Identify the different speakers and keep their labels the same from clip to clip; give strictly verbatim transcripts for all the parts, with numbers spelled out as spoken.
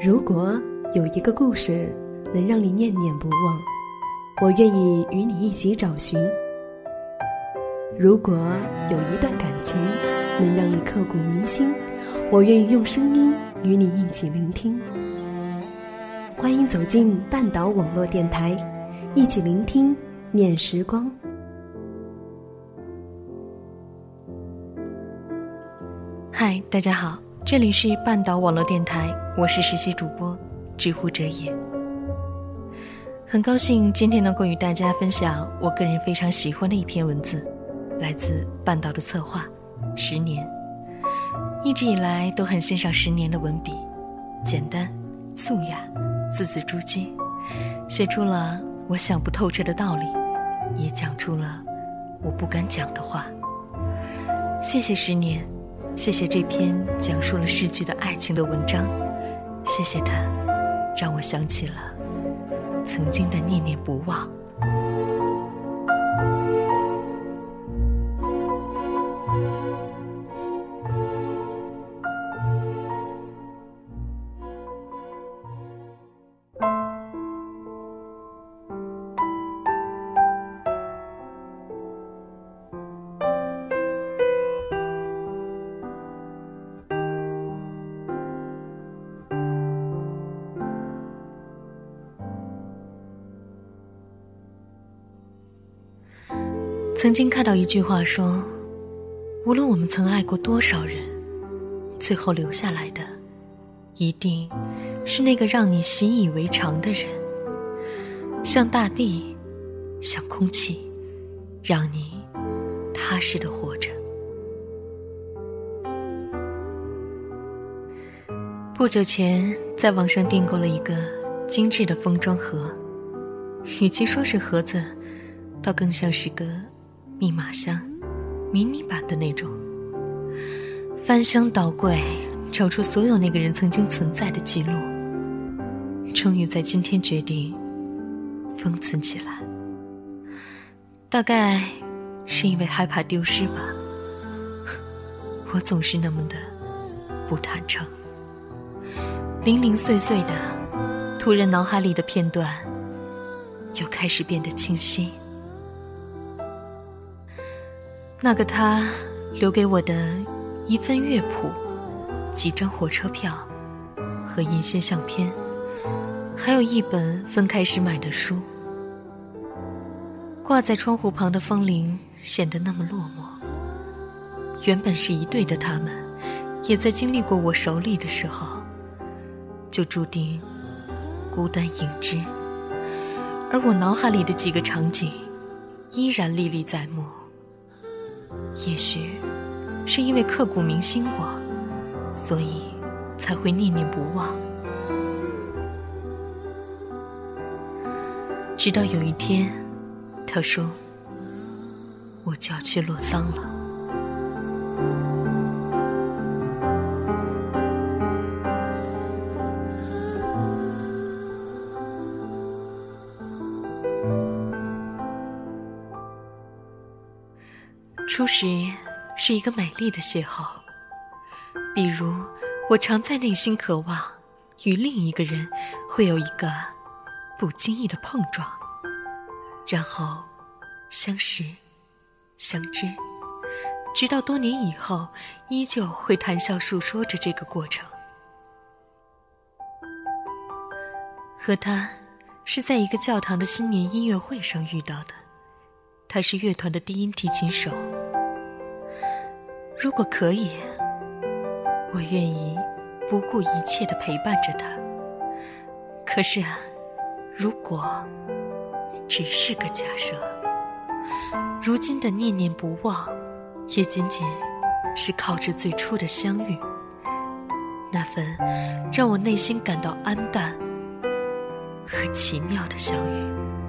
Speaker 1: 如果有一个故事能让你念念不忘，我愿意与你一起找寻。如果有一段感情能让你刻骨铭心，我愿意用声音与你一起聆听。欢迎走进半岛网络电台，一起聆听念时光。
Speaker 2: 嗨，大家好，这里是半岛网络电台，我是实习主播知乎者也。很高兴今天能够与大家分享我个人非常喜欢的一篇文字，来自半岛的策划十年。一直以来都很欣赏十年的文笔，简单素雅，字字珠玑，写出了我想不透彻的道理，也讲出了我不敢讲的话。谢谢十年，谢谢这篇讲述了逝去的爱情的文章，谢谢它让我想起了曾经的念念不忘。曾经看到一句话说，无论我们曾爱过多少人，最后留下来的一定是那个让你习以为常的人，像大地，像空气，让你踏实地活着。不久前在网上订购了一个精致的封装盒，与其说是盒子，倒更像是个密码箱，迷你版的那种。翻箱倒柜，找出所有那个人曾经存在的记录，终于在今天决定封存起来。大概是因为害怕丢失吧，我总是那么的不坦诚。零零碎碎的，突然脑海里的片段又开始变得清晰。那个他留给我的一份乐谱，几张火车票和一些相片，还有一本分开时买的书。挂在窗户旁的风铃显得那么落寞。原本是一对的他们，也在经历过我手里的时候，就注定孤单影只。而我脑海里的几个场景依然历历在目。也许是因为刻骨铭心过，所以才会念念不忘。直到有一天，他说我就要去洛桑了。初时是一个美丽的邂逅，比如我常在内心渴望与另一个人会有一个不经意的碰撞，然后相识相知，直到多年以后依旧会谈笑述说着这个过程。和他是在一个教堂的新年音乐会上遇到的，他是乐团的低音提琴手。如果可以，我愿意不顾一切地陪伴着他。可是啊，如果只是个假设，如今的念念不忘，也仅仅是靠着最初的相遇，那份让我内心感到安淡和奇妙的相遇。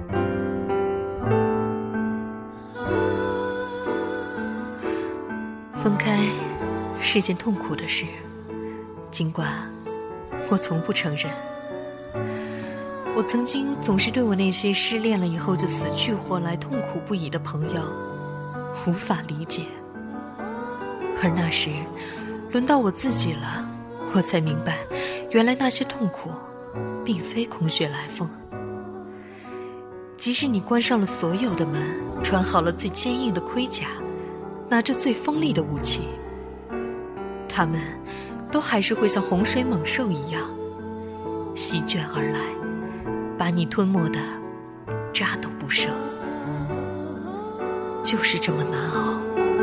Speaker 2: 分开是件痛苦的事，尽管我从不承认。我曾经总是对我那些失恋了以后就死去活来痛苦不已的朋友无法理解，而那时轮到我自己了，我才明白， 原来那些痛苦并非空穴来风。即使你关上了所有的门，穿好了最坚硬的盔甲，拿着最锋利的武器，他们都还是会像洪水猛兽一样席卷而来，把你吞没的渣都不剩。就是这么难熬。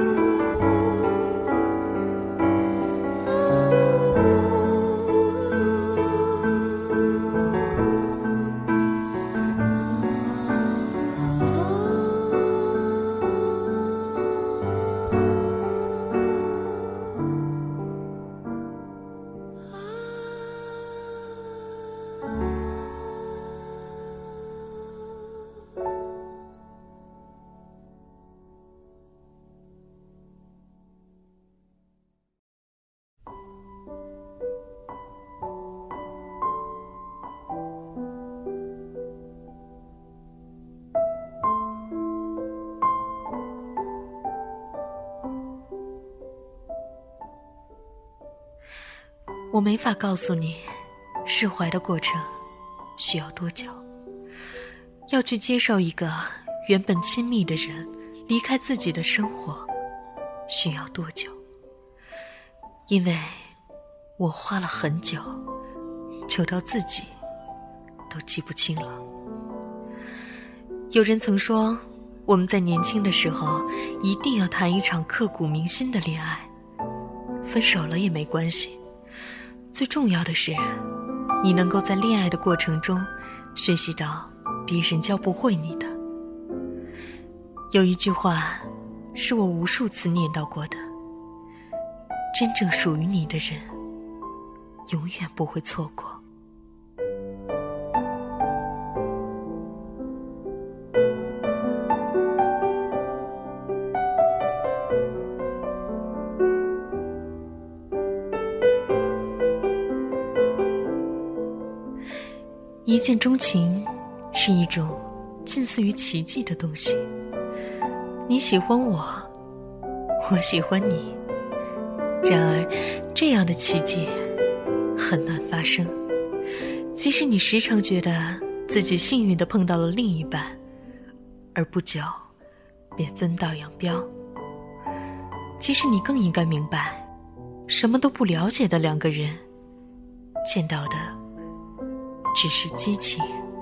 Speaker 2: 我没法告诉你释怀的过程需要多久，要去接受一个原本亲密的人离开自己的生活需要多久，因为我花了很久，久到自己都记不清了。有人曾说，我们在年轻的时候一定要谈一场刻骨铭心的恋爱，分手了也没关系，最重要的是你能够在恋爱的过程中学习到别人教不会你的。有一句话是我无数次念叨过的，真正属于你的人永远不会错过。一见钟情是一种近似于奇迹的东西，你喜欢我，我喜欢你，然而这样的奇迹很难发生。即使你时常觉得自己幸运地碰到了另一半，而不久便分道扬镳，其实你更应该明白，什么都不了解的两个人见到的只是激情。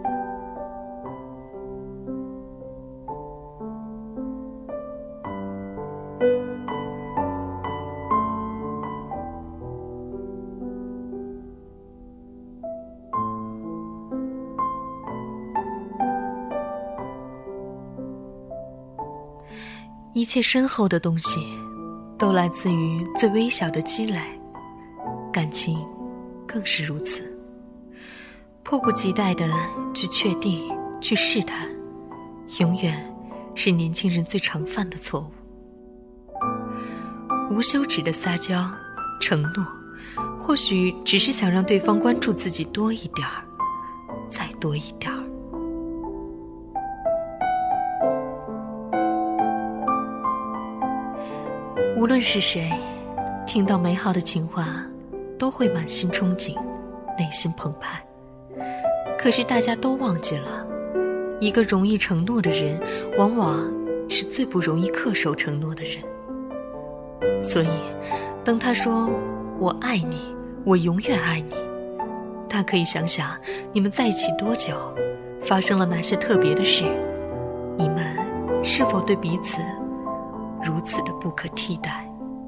Speaker 2: 一切深厚的东西都来自于最微小的积累，感情更是如此。迫不及待地去确定，去试探，永远是年轻人最常犯的错误。无休止的撒娇承诺，或许只是想让对方关注自己多一点儿，再多一点儿。无论是谁，听到美好的情话都会满心憧憬，内心澎湃。可是大家都忘记了，一个容易承诺的人往往是最不容易恪守承诺的人。所以当他说我爱你，我永远爱你，他可以想想你们在一起多久，发生了哪些特别的事，你们是否对彼此如此的不可替代。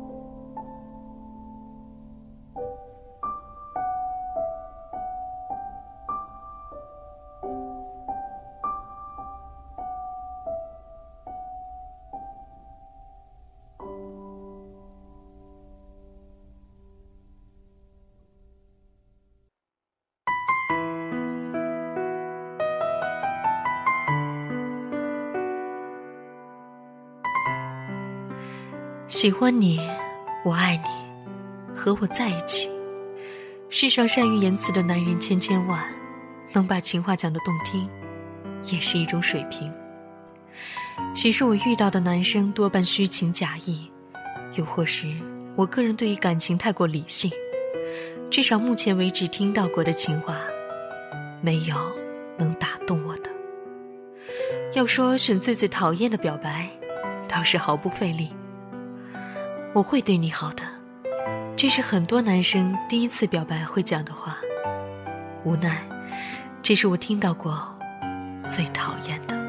Speaker 2: 喜欢你，我爱你，和我在一起。世上善于言辞的男人千千万，能把情话讲得动听，也是一种水平。许是我遇到的男生多半虚情假意，又或是我个人对于感情太过理性， 至少目前为止听到过的情话，没有能打动我的。要说选最最讨厌的表白，倒是毫不费力。我会对你好的，这是很多男生第一次表白会讲的话。无奈，这是我听到过最讨厌的。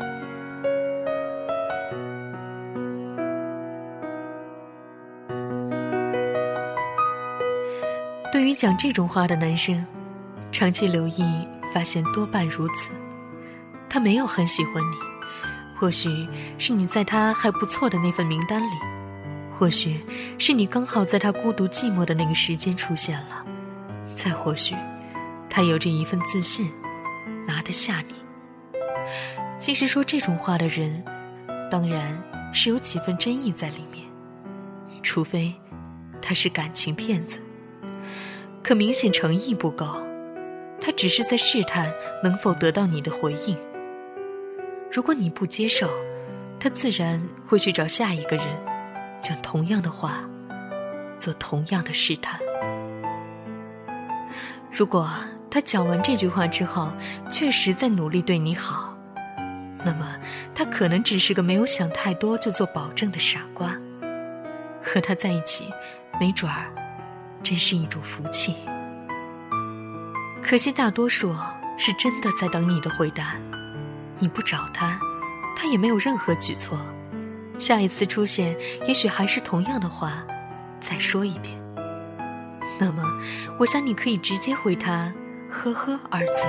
Speaker 2: 对于讲这种话的男生，长期留意发现多半如此。他没有很喜欢你，或许是你在他还不错的那份名单里，或许是你刚好在他孤独寂寞的那个时间出现了，再或许他有着一份自信，拿得下你。其实说这种话的人，当然是有几分真意在里面，除非他是感情骗子。可明显诚意不够，他只是在试探能否得到你的回应。如果你不接受，他自然会去找下一个人，讲同样的话，做同样的试探。如果他讲完这句话之后，确实在努力对你好，那么他可能只是个没有想太多就做保证的傻瓜。和他在一起，没准儿真是一种福气。可惜大多数是真的在等你的回答，你不找他，他也没有任何举措，下一次出现也许还是同样的话再说一遍。那么我想你可以直接回他呵呵二字。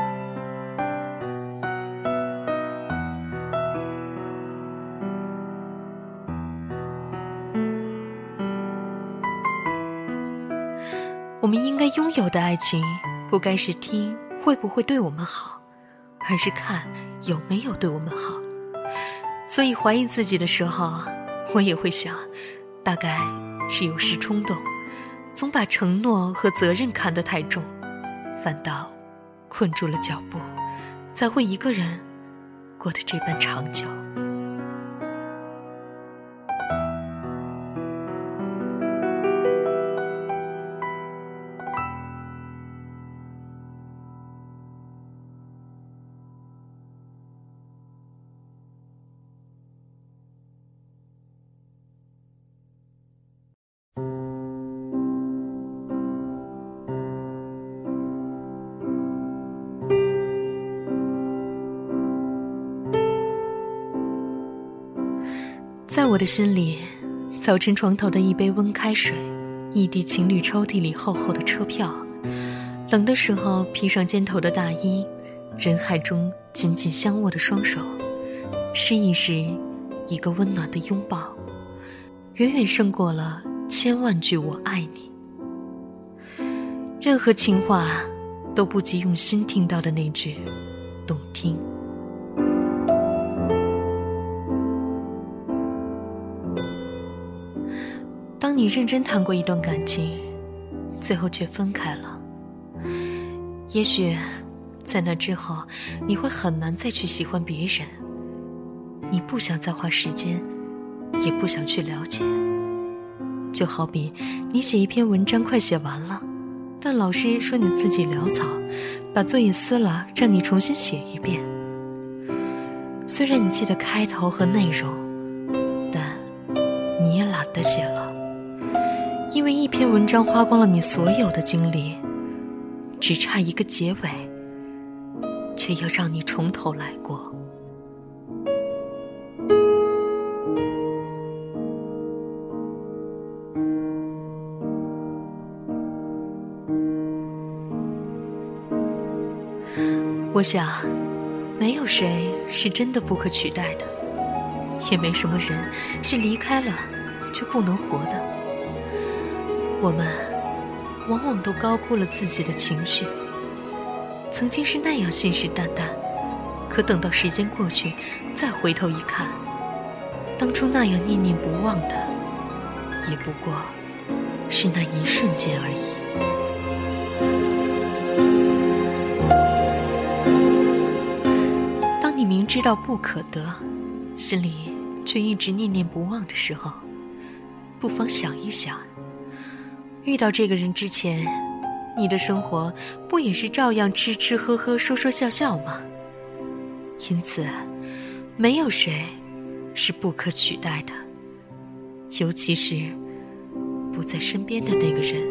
Speaker 2: 我们应该拥有的爱情，不该是听会不会对我们好，而是看有没有对我们好。所以怀疑自己的时候，我也会想，大概是有时冲动，总把承诺和责任看得太重，反倒困住了脚步，才会一个人过得这般长久。在我的心里，早晨床头的一杯温开水，一滴情侣抽屉里厚厚的车票，冷的时候披上肩头的大衣，人海中紧紧相握的双手，失意时一个温暖的拥抱，远远胜过了千万句我爱你。任何情话都不及用心听到的那句动听。当你认真谈过一段感情，最后却分开了，也许在那之后你会很难再去喜欢别人，你不想再花时间，也不想去了解。就好比你写一篇文章快写完了，但老师说你字迹潦草，把作业撕了让你重新写一遍。虽然你记得开头和内容，但你也懒得写了，因为一篇文章花光了你所有的精力，只差一个结尾，却要让你从头来过。我想，没有谁是真的不可取代的，也没什么人是离开了就不能活的。我们往往都高估了自己的情绪，曾经是那样信誓旦旦，可等到时间过去，再回头一看，当初那样念念不忘的，也不过是那一瞬间而已。当你明知道不可得，心里却一直念念不忘的时候，不妨想一想，遇到这个人之前， 你的生活不也是照样吃吃喝喝说说笑笑吗？因此没有谁是不可取代的，尤其是不在身边的那个人。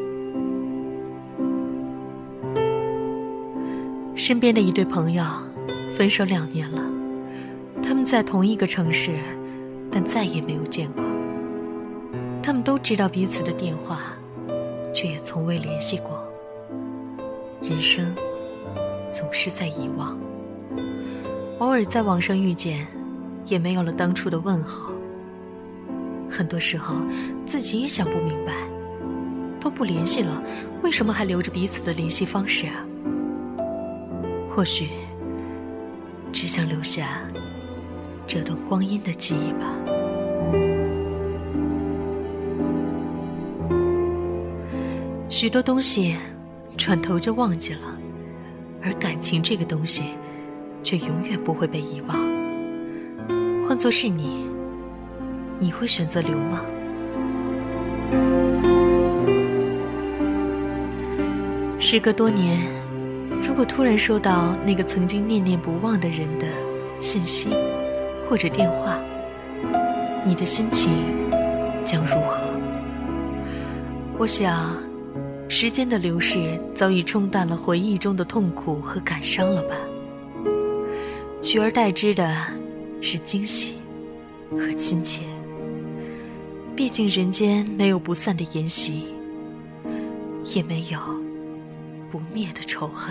Speaker 2: 身边的一对朋友分手两年了，他们在同一个城市，但再也没有见过。他们都知道彼此的电话，却也从未联系过。人生总是在遗忘，偶尔在网上遇见，也没有了当初的问候。很多时候自己也想不明白，都不联系了，为什么还留着彼此的联系方式啊？或许只想留下这段光阴的记忆吧。许多东西转头就忘记了，而感情这个东西却永远不会被遗忘。换作是你，你会选择留吗？时隔多年，如果突然收到那个曾经念念不忘的人的信息或者电话，你的心情将如何？我想时间的流逝早已冲淡了回忆中的痛苦和感伤了吧，取而代之的是惊喜和亲切。毕竟人间没有不散的筵席，也没有不灭的仇恨。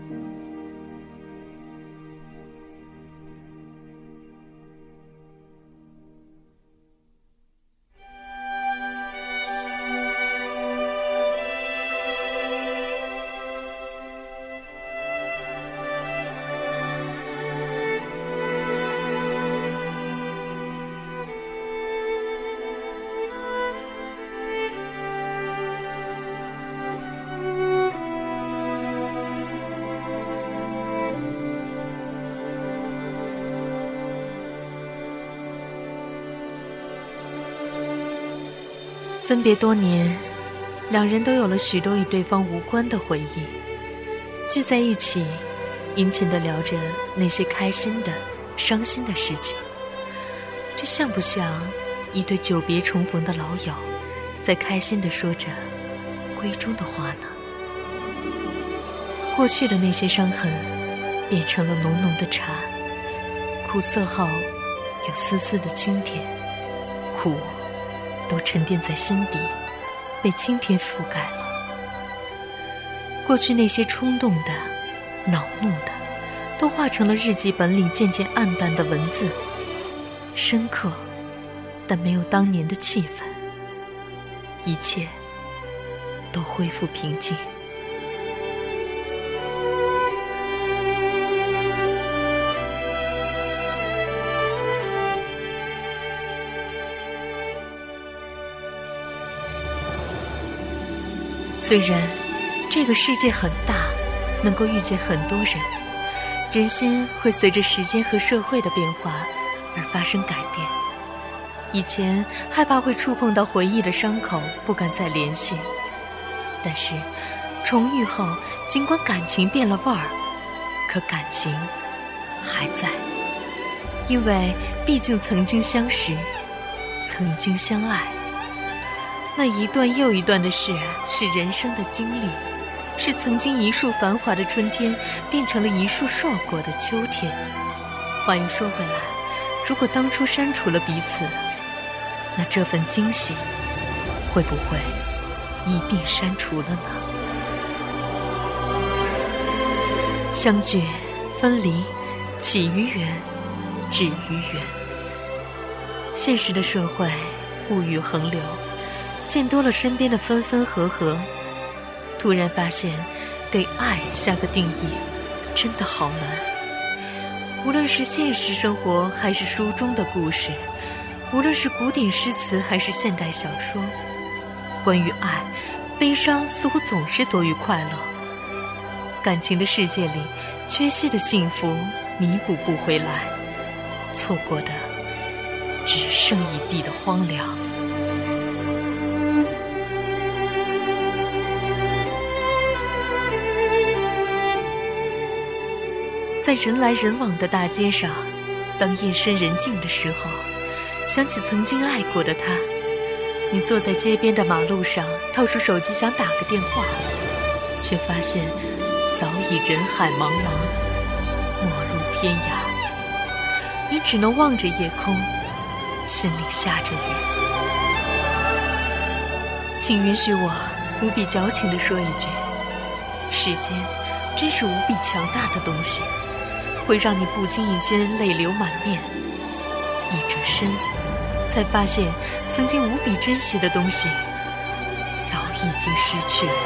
Speaker 2: 分别多年，两人都有了许多与对方无关的回忆，聚在一起，殷勤地聊着那些开心的、伤心的事情。这像不像一对久别重逢的老友，在开心地说着闺中的话呢？过去的那些伤痕，变成了浓浓的茶，苦涩后有丝丝的清甜，苦都沉淀在心底，被清甜覆盖了。过去那些冲动的、恼怒的，都化成了日记本里渐渐暗淡的文字，深刻，但没有当年的气氛。一切都恢复平静。虽然这个世界很大，能够遇见很多人，人心会随着时间和社会的变化而发生改变。以前害怕会触碰到回忆的伤口，不敢再联系，但是重遇后，尽管感情变了味儿，可感情还在，因为毕竟曾经相识，曾经相爱。那一段又一段的事，是人生的经历，是曾经一束繁华的春天变成了一束硕果的秋天。话又说回来，如果当初删除了彼此，那这份惊喜会不会一并删除了呢？相聚分离，起于缘，止于缘。现实的社会物欲横流，见多了身边的分分合合，突然发现给爱下个定义真的好难。无论是现实生活还是书中的故事，无论是古典诗词还是现代小说，关于爱，悲伤似乎总是多于快乐。感情的世界里，缺席的幸福弥补不回来，错过的只剩一地的荒凉。 在人来人往的大街上，当夜深人静的时候，想起曾经爱过的他，你坐在街边的马路上，掏出手机想打个电话，却发现早已人海茫茫，陌路天涯。你只能望着夜空，心里下着雨。请允许我无比矫情地说一句，时间真是无比强大的东西，会让你不经意间泪流满面，一转身才发现曾经无比珍惜的东西早已经失去了。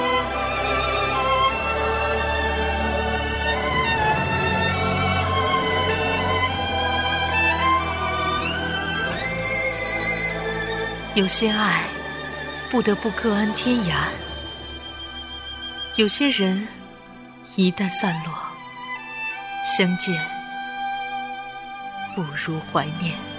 Speaker 2: 有些爱不得不各安天涯，有些人一旦散落，相见不如怀念。